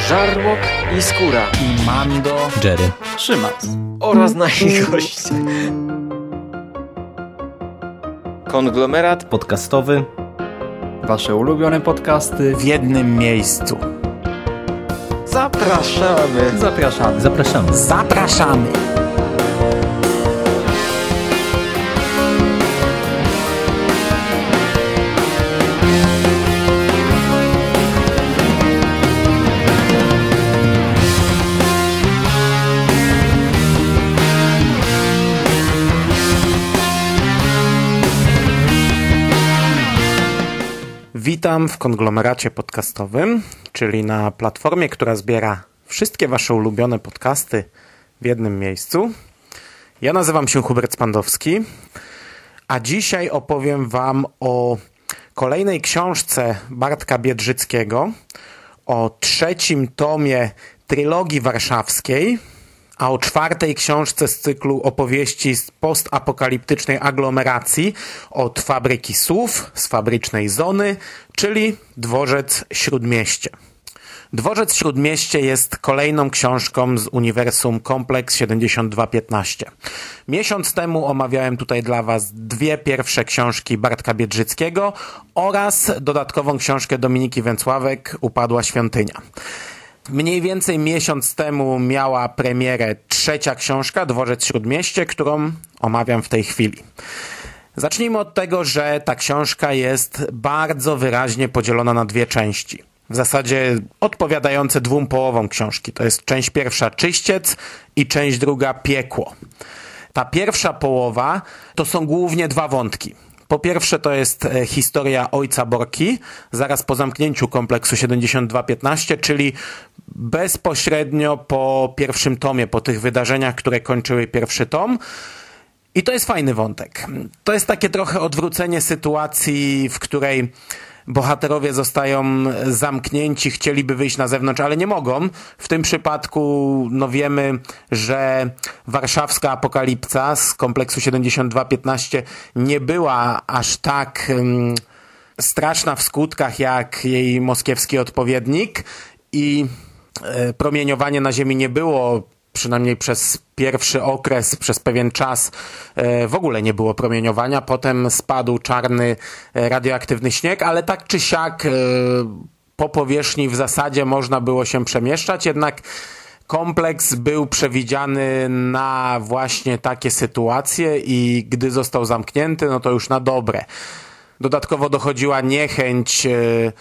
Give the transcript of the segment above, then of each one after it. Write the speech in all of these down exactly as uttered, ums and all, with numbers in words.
Żarłok i Skóra i Mando, Jerry, Szymas oraz nasi goście. Konglomerat podcastowy. Wasze ulubione podcasty w jednym miejscu. Zapraszamy. Zapraszamy. Zapraszamy. Zapraszamy. Witam w konglomeracie podcastowym, czyli na platformie, która zbiera wszystkie wasze ulubione podcasty w jednym miejscu. Ja nazywam się Hubert Spandowski, a dzisiaj opowiem wam o kolejnej książce Bartka Biedrzyckiego, o trzecim tomie Trylogii Warszawskiej, a o czwartej książce z cyklu opowieści z postapokaliptycznej aglomeracji od Fabryki Słów, z Fabrycznej Zony, czyli Dworzec Śródmieście. Dworzec Śródmieście jest kolejną książką z uniwersum Kompleks siedemdziesiąt dwa piętnaście. Miesiąc temu omawiałem tutaj dla was dwie pierwsze książki Bartka Biedrzyckiego oraz dodatkową książkę Dominiki Węcławek Upadła Świątynia. Mniej więcej miesiąc temu miała premierę trzecia książka, Dworzec Śródmieście, którą omawiam w tej chwili. Zacznijmy od tego, że ta książka jest bardzo wyraźnie podzielona na dwie części. W zasadzie odpowiadające dwóm połowom książki. To jest część pierwsza Czyściec i część druga Piekło. Ta pierwsza połowa to są głównie dwa wątki. Po pierwsze to jest historia ojca Borki, zaraz po zamknięciu kompleksu siedemdziesiąt dwa piętnaście, czyli bezpośrednio po pierwszym tomie, po tych wydarzeniach, które kończyły pierwszy tom. I to jest fajny wątek. To jest takie trochę odwrócenie sytuacji, w której bohaterowie zostają zamknięci, chcieliby wyjść na zewnątrz, ale nie mogą. W tym przypadku no wiemy, że warszawska apokalipsa z kompleksu siedemdziesiąt dwa piętnaście nie była aż tak um, straszna w skutkach jak jej moskiewski odpowiednik i e, promieniowanie na ziemi nie było, przynajmniej przez pierwszy okres, przez pewien czas w ogóle nie było promieniowania. Potem spadł czarny radioaktywny śnieg, ale tak czy siak po powierzchni w zasadzie można było się przemieszczać, jednak kompleks był przewidziany na właśnie takie sytuacje i gdy został zamknięty, no to już na dobre. Dodatkowo dochodziła niechęć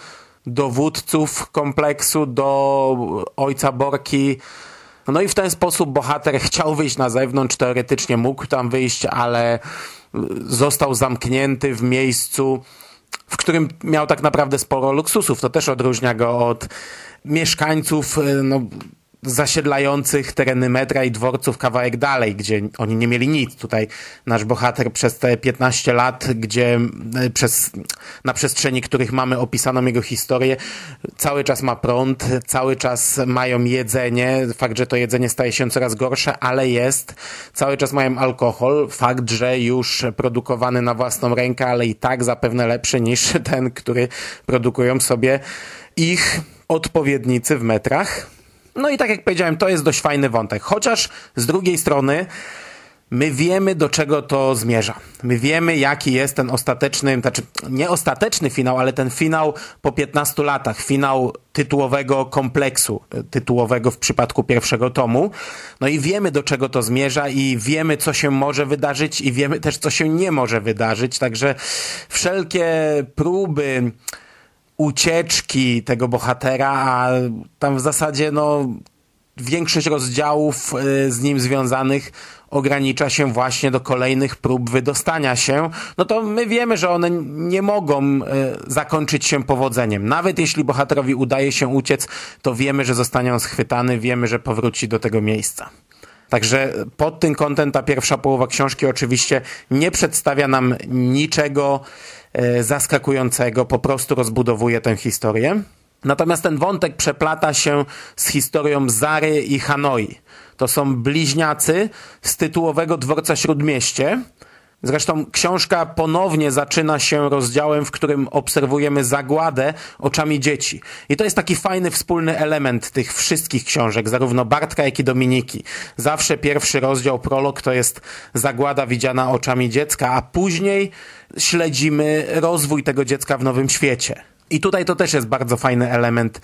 dowódców kompleksu do ojca Borki. No i w ten sposób bohater chciał wyjść na zewnątrz, teoretycznie mógł tam wyjść, ale został zamknięty w miejscu, w którym miał tak naprawdę sporo luksusów. To też odróżnia go od mieszkańców no, zasiedlających tereny metra i dworców kawałek dalej, gdzie oni nie mieli nic. Tutaj nasz bohater przez te piętnaście lat, gdzie przez, na przestrzeni których mamy opisaną jego historię, cały czas ma prąd, cały czas mają jedzenie, fakt, że to jedzenie staje się coraz gorsze, ale jest, cały czas mają alkohol, fakt, że już produkowany na własną rękę, ale i tak zapewne lepszy niż ten, który produkują sobie ich odpowiednicy w metrach. No i tak jak powiedziałem, to jest dość fajny wątek. Chociaż z drugiej strony my wiemy, do czego to zmierza. My wiemy, jaki jest ten ostateczny, znaczy nie ostateczny finał, ale ten finał po piętnastu latach. Finał tytułowego kompleksu, tytułowego w przypadku pierwszego tomu. No i wiemy, do czego to zmierza i wiemy, co się może wydarzyć i wiemy też, co się nie może wydarzyć. Także wszelkie próby ucieczki tego bohatera, a tam w zasadzie no większość rozdziałów z nim związanych ogranicza się właśnie do kolejnych prób wydostania się, no to my wiemy, że one nie mogą zakończyć się powodzeniem. Nawet jeśli bohaterowi udaje się uciec, to wiemy, że zostanie on schwytany, wiemy, że powróci do tego miejsca. Także pod tym kątem ta pierwsza połowa książki oczywiście nie przedstawia nam niczego zaskakującego, po prostu rozbudowuje tę historię. Natomiast ten wątek przeplata się z historią Zary i Hanoi. To są bliźniacy z tytułowego Dworca Śródmieście, Zresztą książka ponownie zaczyna się rozdziałem, w którym obserwujemy zagładę oczami dzieci. I to jest taki fajny wspólny element tych wszystkich książek, zarówno Bartka, jak i Dominiki. Zawsze pierwszy rozdział, prolog, to jest zagłada widziana oczami dziecka, a później śledzimy rozwój tego dziecka w nowym świecie. I tutaj to też jest bardzo fajny element,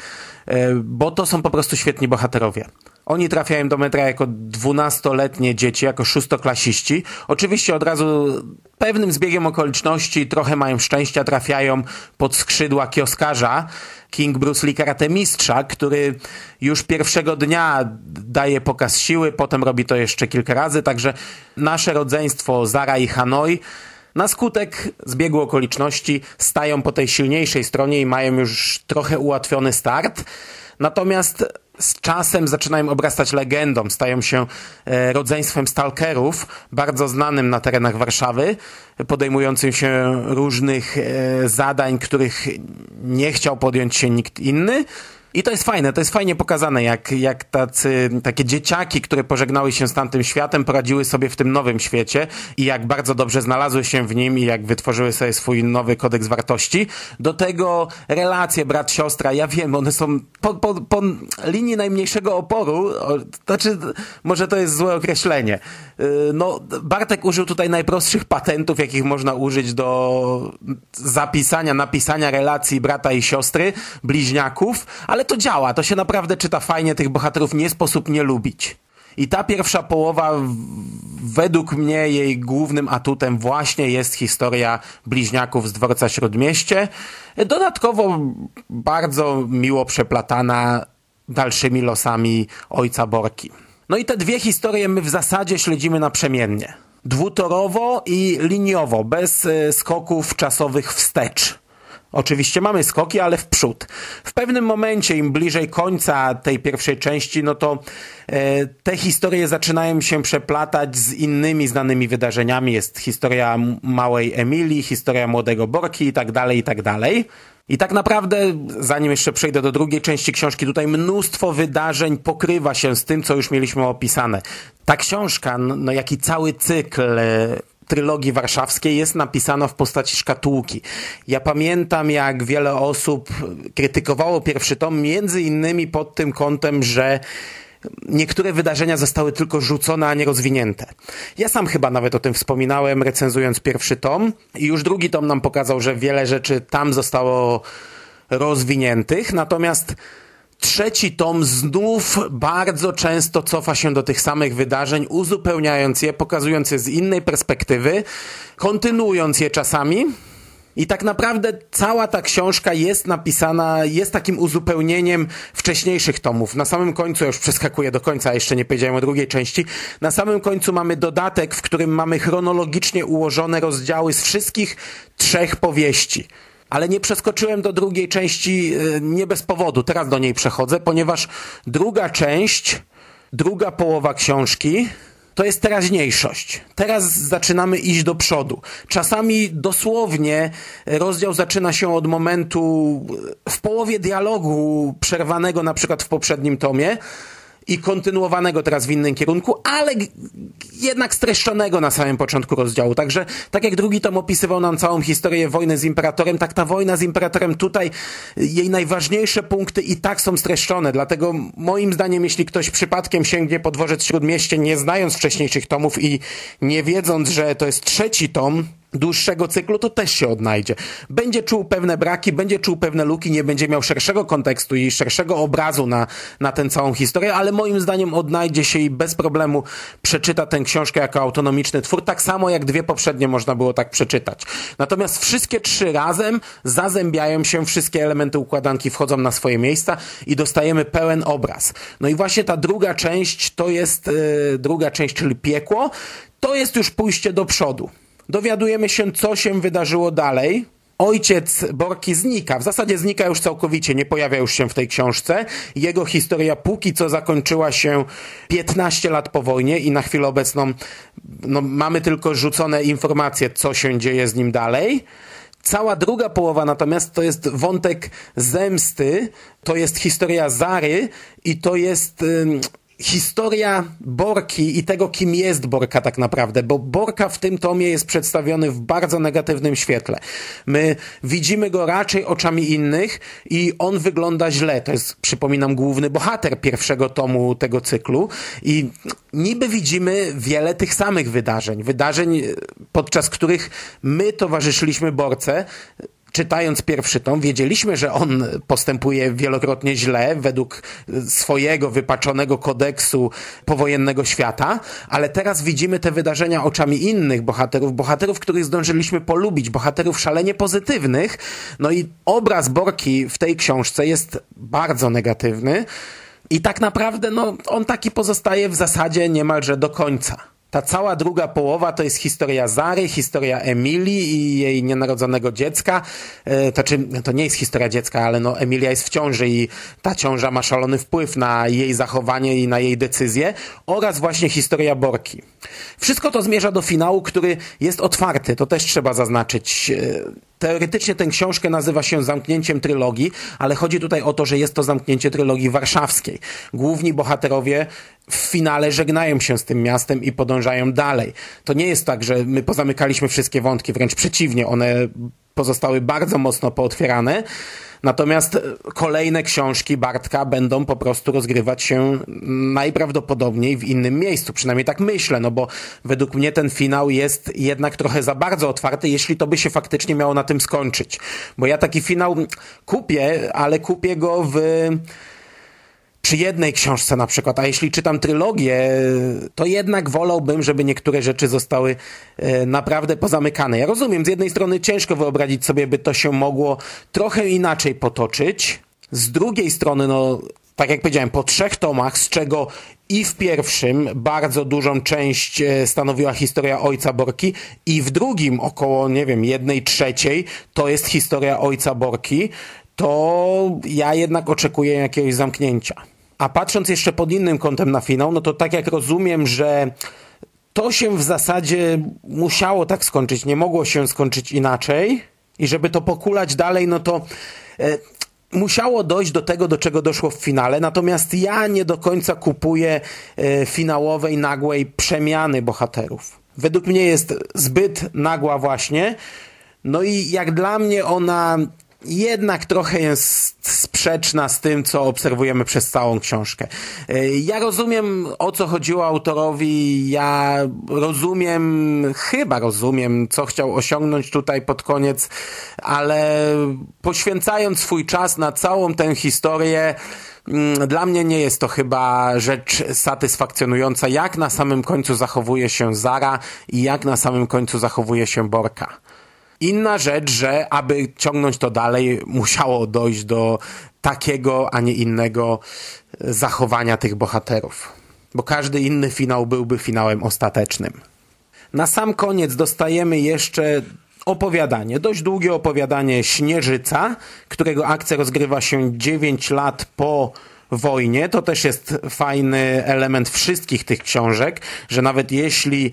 bo to są po prostu świetni bohaterowie. Oni trafiają do metra jako dwunastoletnie dzieci, jako szóstoklasiści. Oczywiście od razu pewnym zbiegiem okoliczności, trochę mają szczęścia, trafiają pod skrzydła kioskarza, King Bruce Lee karate mistrza, który już pierwszego dnia daje pokaz siły, potem robi to jeszcze kilka razy, także nasze rodzeństwo Zara i Hanoi na skutek zbiegu okoliczności stają po tej silniejszej stronie i mają już trochę ułatwiony start. Natomiast z czasem zaczynają obrastać legendą, stają się e, rodzeństwem stalkerów, bardzo znanym na terenach Warszawy, podejmującym się różnych e, zadań, których nie chciał podjąć się nikt inny. I to jest fajne, to jest fajnie pokazane, jak, jak tacy, takie dzieciaki, które pożegnały się z tamtym światem, poradziły sobie w tym nowym świecie i jak bardzo dobrze znalazły się w nim i jak wytworzyły sobie swój nowy kodeks wartości. Do tego relacje brat-siostra, ja wiem, one są po, po, po linii najmniejszego oporu, o, znaczy, może to jest złe określenie. No, Bartek użył tutaj najprostszych patentów, jakich można użyć do zapisania, napisania relacji brata i siostry, bliźniaków, ale to działa, to się naprawdę czyta fajnie, tych bohaterów nie sposób nie lubić. I ta pierwsza połowa, według mnie jej głównym atutem właśnie jest historia bliźniaków z dworca Śródmieście. Dodatkowo bardzo miło przeplatana dalszymi losami ojca Borki. No i te dwie historie my w zasadzie śledzimy naprzemiennie. Dwutorowo i liniowo, bez skoków czasowych wstecz. Oczywiście mamy skoki, ale w przód. W pewnym momencie, im bliżej końca tej pierwszej części, no to e, te historie zaczynają się przeplatać z innymi znanymi wydarzeniami. Jest historia małej Emilii, historia młodego Borki i tak dalej, i tak dalej. I tak naprawdę, zanim jeszcze przejdę do drugiej części książki, tutaj mnóstwo wydarzeń pokrywa się z tym, co już mieliśmy opisane. Ta książka, no jak i cały cykl trylogii warszawskiej jest napisana w postaci szkatułki. Ja pamiętam, jak wiele osób krytykowało pierwszy tom, między innymi pod tym kątem, że niektóre wydarzenia zostały tylko rzucone, a nie rozwinięte. Ja sam chyba nawet o tym wspominałem, recenzując pierwszy tom, i już drugi tom nam pokazał, że wiele rzeczy tam zostało rozwiniętych, natomiast trzeci tom znów bardzo często cofa się do tych samych wydarzeń, uzupełniając je, pokazując je z innej perspektywy, kontynuując je czasami. I tak naprawdę cała ta książka jest napisana, jest takim uzupełnieniem wcześniejszych tomów. Na samym końcu, ja już przeskakuję do końca, a jeszcze nie powiedziałem o drugiej części, na samym końcu mamy dodatek, w którym mamy chronologicznie ułożone rozdziały z wszystkich trzech powieści. Ale nie przeskoczyłem do drugiej części nie bez powodu. Teraz do niej przechodzę, ponieważ druga część, druga połowa książki to jest teraźniejszość. Teraz zaczynamy iść do przodu. Czasami dosłownie rozdział zaczyna się od momentu w połowie dialogu przerwanego na przykład w poprzednim tomie i kontynuowanego teraz w innym kierunku, ale jednak streszczonego na samym początku rozdziału. Także tak jak drugi tom opisywał nam całą historię wojny z Imperatorem, tak ta wojna z Imperatorem tutaj, jej najważniejsze punkty i tak są streszczone. Dlatego moim zdaniem, jeśli ktoś przypadkiem sięgnie po Dworzec Śródmieście, nie znając wcześniejszych tomów i nie wiedząc, że to jest trzeci tom dłuższego cyklu, to też się odnajdzie. Będzie czuł pewne braki, będzie czuł pewne luki, nie będzie miał szerszego kontekstu i szerszego obrazu na, na tę całą historię, ale moim zdaniem odnajdzie się i bez problemu przeczyta tę książkę jako autonomiczny twór, tak samo jak dwie poprzednie można było tak przeczytać. Natomiast wszystkie trzy razem zazębiają się, wszystkie elementy układanki wchodzą na swoje miejsca i dostajemy pełen obraz. No i właśnie ta druga część, to jest yy, druga część, czyli piekło, to jest już pójście do przodu. Dowiadujemy się, co się wydarzyło dalej. Ojciec Borki znika, w zasadzie znika już całkowicie, nie pojawia już się w tej książce. Jego historia póki co zakończyła się piętnaście lat po wojnie i na chwilę obecną no, mamy tylko rzucone informacje, co się dzieje z nim dalej. Cała druga połowa natomiast to jest wątek zemsty, to jest historia Zary i to jest... Yy, historia Borki i tego, kim jest Borka tak naprawdę, bo Borka w tym tomie jest przedstawiony w bardzo negatywnym świetle. My widzimy go raczej oczami innych i on wygląda źle. To jest, przypominam, główny bohater pierwszego tomu tego cyklu i niby widzimy wiele tych samych wydarzeń. Wydarzeń, podczas których my towarzyszyliśmy Borce. Czytając pierwszy tom, wiedzieliśmy, że on postępuje wielokrotnie źle według swojego wypaczonego kodeksu powojennego świata, ale teraz widzimy te wydarzenia oczami innych bohaterów, bohaterów, których zdążyliśmy polubić, bohaterów szalenie pozytywnych. No i obraz Borki w tej książce jest bardzo negatywny i tak naprawdę no, on taki pozostaje w zasadzie niemalże do końca. Ta cała druga połowa to jest historia Zary, historia Emilii i jej nienarodzonego dziecka. E, to, czy, to nie jest historia dziecka, ale no Emilia jest w ciąży i ta ciąża ma szalony wpływ na jej zachowanie i na jej decyzje. Oraz właśnie historia Borki. Wszystko to zmierza do finału, który jest otwarty. To też trzeba zaznaczyć. Teoretycznie tę książkę nazywa się zamknięciem trylogii, ale chodzi tutaj o to, że jest to zamknięcie trylogii warszawskiej. Główni bohaterowie w finale żegnają się z tym miastem i podążają dalej. To nie jest tak, że my pozamykaliśmy wszystkie wątki, wręcz przeciwnie, one pozostały bardzo mocno pootwierane. Natomiast kolejne książki Bartka będą po prostu rozgrywać się najprawdopodobniej w innym miejscu. Przynajmniej tak myślę, no bo według mnie ten finał jest jednak trochę za bardzo otwarty, jeśli to by się faktycznie miało na tym skończyć. Bo ja taki finał kupię, ale kupię go w... przy jednej książce na przykład, a jeśli czytam trylogię, to jednak wolałbym, żeby niektóre rzeczy zostały e, naprawdę pozamykane. Ja rozumiem, z jednej strony ciężko wyobrazić sobie, by to się mogło trochę inaczej potoczyć. Z drugiej strony, no, tak jak powiedziałem, po trzech tomach, z czego i w pierwszym bardzo dużą część e, stanowiła historia ojca Borki i w drugim około, nie wiem, jednej trzeciej to jest historia ojca Borki, to ja jednak oczekuję jakiegoś zamknięcia. A patrząc jeszcze pod innym kątem na finał, no to tak jak rozumiem, że to się w zasadzie musiało tak skończyć, nie mogło się skończyć inaczej i żeby to pokulać dalej, no to e, musiało dojść do tego, do czego doszło w finale, natomiast ja nie do końca kupuję e, finałowej, nagłej przemiany bohaterów. Według mnie jest zbyt nagła właśnie, no i jak dla mnie ona... jednak trochę jest sprzeczna z tym, co obserwujemy przez całą książkę. Ja rozumiem, o co chodziło autorowi, ja rozumiem, chyba rozumiem, co chciał osiągnąć tutaj pod koniec, ale poświęcając swój czas na całą tę historię, dla mnie nie jest to chyba rzecz satysfakcjonująca, jak na samym końcu zachowuje się Zara i jak na samym końcu zachowuje się Borka. Inna rzecz, że aby ciągnąć to dalej, musiało dojść do takiego, a nie innego zachowania tych bohaterów. Bo każdy inny finał byłby finałem ostatecznym. Na sam koniec dostajemy jeszcze opowiadanie, dość długie opowiadanie Śnieżyca, którego akcja rozgrywa się dziewięć lat po wojnie. To też jest fajny element wszystkich tych książek, że nawet jeśli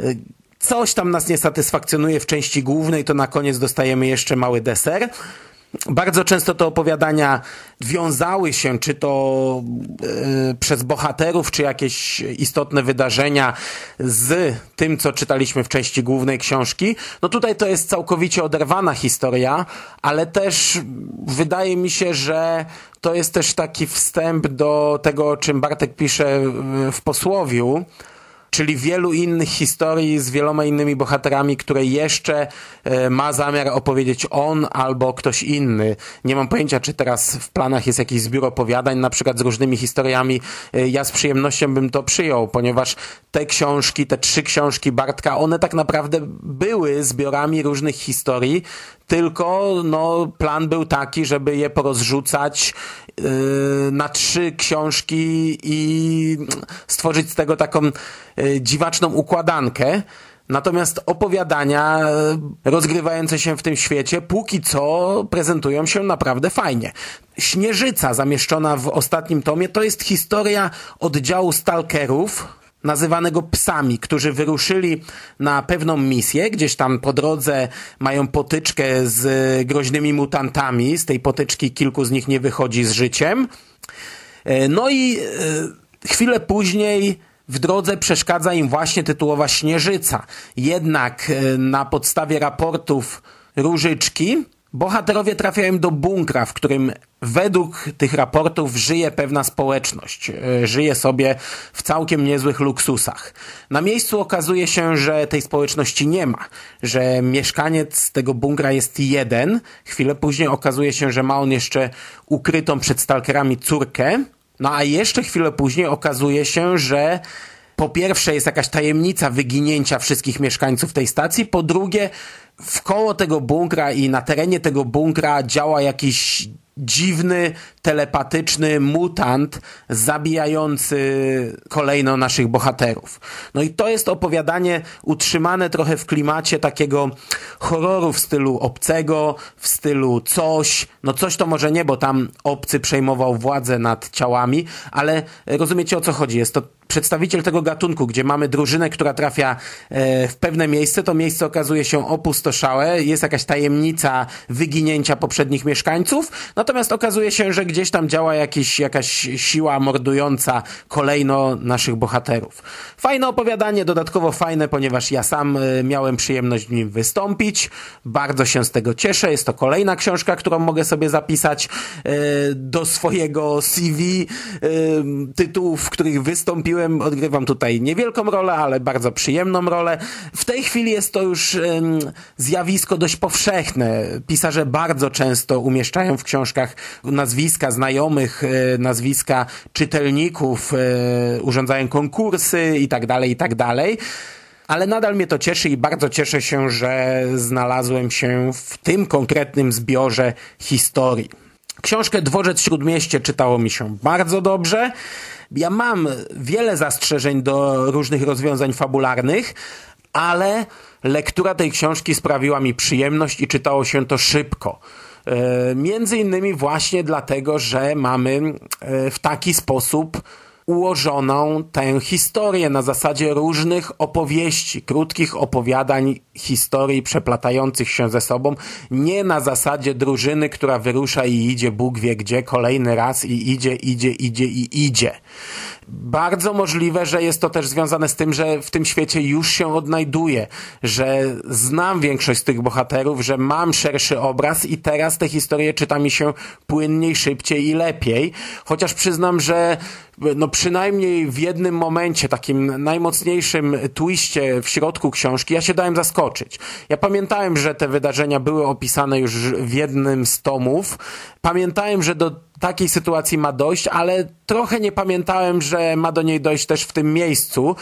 coś tam nas nie satysfakcjonuje w części głównej, to na koniec dostajemy jeszcze mały deser. Bardzo często te opowiadania wiązały się, czy to yy, przez bohaterów, czy jakieś istotne wydarzenia z tym, co czytaliśmy w części głównej książki. No tutaj to jest całkowicie oderwana historia, ale też wydaje mi się, że to jest też taki wstęp do tego, o czym Bartek pisze w Posłowiu, czyli wielu innych historii z wieloma innymi bohaterami, które jeszcze e, ma zamiar opowiedzieć on albo ktoś inny. Nie mam pojęcia, czy teraz w planach jest jakiś zbiór opowiadań, na przykład z różnymi historiami. E, ja z przyjemnością bym to przyjął, ponieważ te książki, te trzy książki Bartka, one tak naprawdę były zbiorami różnych historii, tylko no, plan był taki, żeby je porozrzucać yy, na trzy książki i stworzyć z tego taką yy, dziwaczną układankę. Natomiast opowiadania rozgrywające się w tym świecie póki co prezentują się naprawdę fajnie. Śnieżyca zamieszczona w ostatnim tomie to jest historia oddziału stalkerów, nazywanego psami, którzy wyruszyli na pewną misję, gdzieś tam po drodze mają potyczkę z groźnymi mutantami, z tej potyczki kilku z nich nie wychodzi z życiem. No i Chwilę później w drodze przeszkadza im właśnie tytułowa Śnieżyca. Jednak na podstawie raportów Różyczki bohaterowie trafiają do bunkra, w którym według tych raportów żyje pewna społeczność. Żyje sobie w całkiem niezłych luksusach. Na miejscu okazuje się, że tej społeczności nie ma. Że mieszkaniec tego bunkra jest jeden. Chwilę później okazuje się, że ma on jeszcze ukrytą przed stalkerami córkę. No a jeszcze chwilę później okazuje się, że po pierwsze jest jakaś tajemnica wyginięcia wszystkich mieszkańców tej stacji, po drugie wkoło tego bunkra i na terenie tego bunkra działa jakiś dziwny, telepatyczny mutant zabijający kolejno naszych bohaterów. No i to jest opowiadanie utrzymane trochę w klimacie takiego horroru w stylu Obcego, w stylu Coś. No Coś to może nie, bo tam Obcy przejmował władzę nad ciałami, ale rozumiecie, o co chodzi. Jest to przedstawiciel tego gatunku, gdzie mamy drużynę, która trafia e, w pewne miejsce, to miejsce okazuje się opustoszałe, jest jakaś tajemnica wyginięcia poprzednich mieszkańców, natomiast okazuje się, że gdzieś tam działa jakiś, jakaś siła mordująca kolejno naszych bohaterów. Fajne opowiadanie, dodatkowo fajne, ponieważ ja sam e, miałem przyjemność w nim wystąpić, bardzo się z tego cieszę, jest to kolejna książka, którą mogę sobie zapisać e, do swojego C V e, tytułów, w których wystąpiłem. Odgrywam tutaj niewielką rolę, ale bardzo przyjemną rolę. W tej chwili jest to już ym, zjawisko dość powszechne. Pisarze bardzo często umieszczają w książkach nazwiska znajomych, y, nazwiska czytelników, y, urządzają konkursy i tak dalej, i tak dalej. Ale nadal mnie to cieszy i bardzo cieszę się, że znalazłem się w tym konkretnym zbiorze historii. Książkę Dworzec Śródmieście czytało mi się bardzo dobrze. Ja mam wiele zastrzeżeń do różnych rozwiązań fabularnych, ale lektura tej książki sprawiła mi przyjemność i czytało się to szybko. E, między innymi właśnie dlatego, że mamy e, w taki sposób ułożoną tę historię na zasadzie różnych opowieści, krótkich opowiadań, historii przeplatających się ze sobą, nie na zasadzie drużyny, która wyrusza i idzie Bóg wie gdzie kolejny raz i idzie, idzie, idzie i idzie. Bardzo możliwe, że jest to też związane z tym, że w tym świecie już się odnajduję, że znam większość z tych bohaterów, że mam szerszy obraz i teraz te historie czyta mi się płynniej, szybciej i lepiej. Chociaż przyznam, że no przynajmniej w jednym momencie, takim najmocniejszym twiście w środku książki, ja się dałem zaskoczyć. Ja pamiętałem, że te wydarzenia były opisane już w jednym z tomów. Pamiętałem, że do takiej sytuacji ma dojść, ale trochę nie pamiętałem, że ma do niej dojść też w tym miejscu.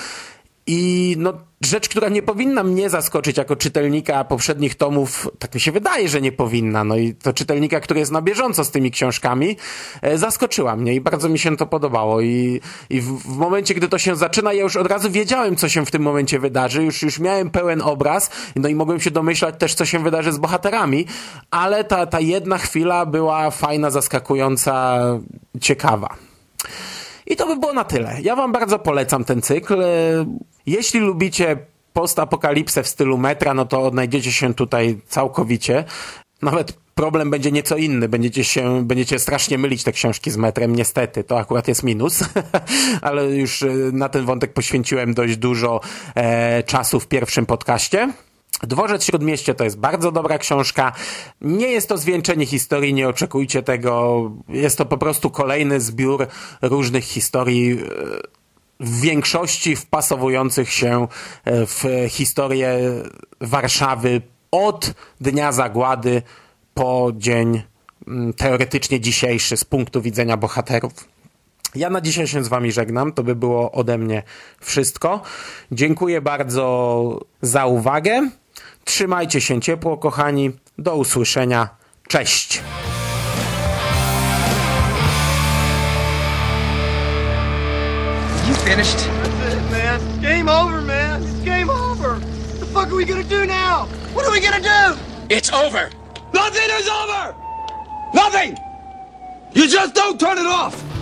I no, rzecz, która nie powinna mnie zaskoczyć jako czytelnika poprzednich tomów, tak mi się wydaje, że nie powinna, no i to czytelnika, który jest na bieżąco z tymi książkami, e, zaskoczyła mnie i bardzo mi się to podobało i, i w, w momencie, gdy to się zaczyna, ja już od razu wiedziałem, co się w tym momencie wydarzy, już, już miałem pełen obraz, no i mogłem się domyślać też, co się wydarzy z bohaterami, ale ta, ta jedna chwila była fajna, zaskakująca, ciekawa. I to by było na tyle. Ja wam bardzo polecam ten cykl. Jeśli lubicie postapokalipsę w stylu Metra, no to odnajdziecie się tutaj całkowicie. Nawet problem będzie nieco inny. Będziecie się, będziecie strasznie mylić te książki z Metrem, niestety. To akurat jest minus. Ale już na ten wątek poświęciłem dość dużo e, czasu w pierwszym podcaście. Dworzec Śródmieście to jest bardzo dobra książka. Nie jest to zwieńczenie historii, nie oczekujcie tego. Jest to po prostu kolejny zbiór różnych historii, w większości wpasowujących się w historię Warszawy od dnia zagłady po dzień teoretycznie dzisiejszy z punktu widzenia bohaterów. Ja na dzisiaj się z wami żegnam. To by było ode mnie wszystko. Dziękuję bardzo za uwagę. Trzymajcie się ciepło, kochani. Do usłyszenia. Cześć! You finished? That's it, man. It's game over, man. It's game over. What the fuck are we gonna do now? What are we gonna do? It's over! Nothing is over! Nothing! You just don't turn it off!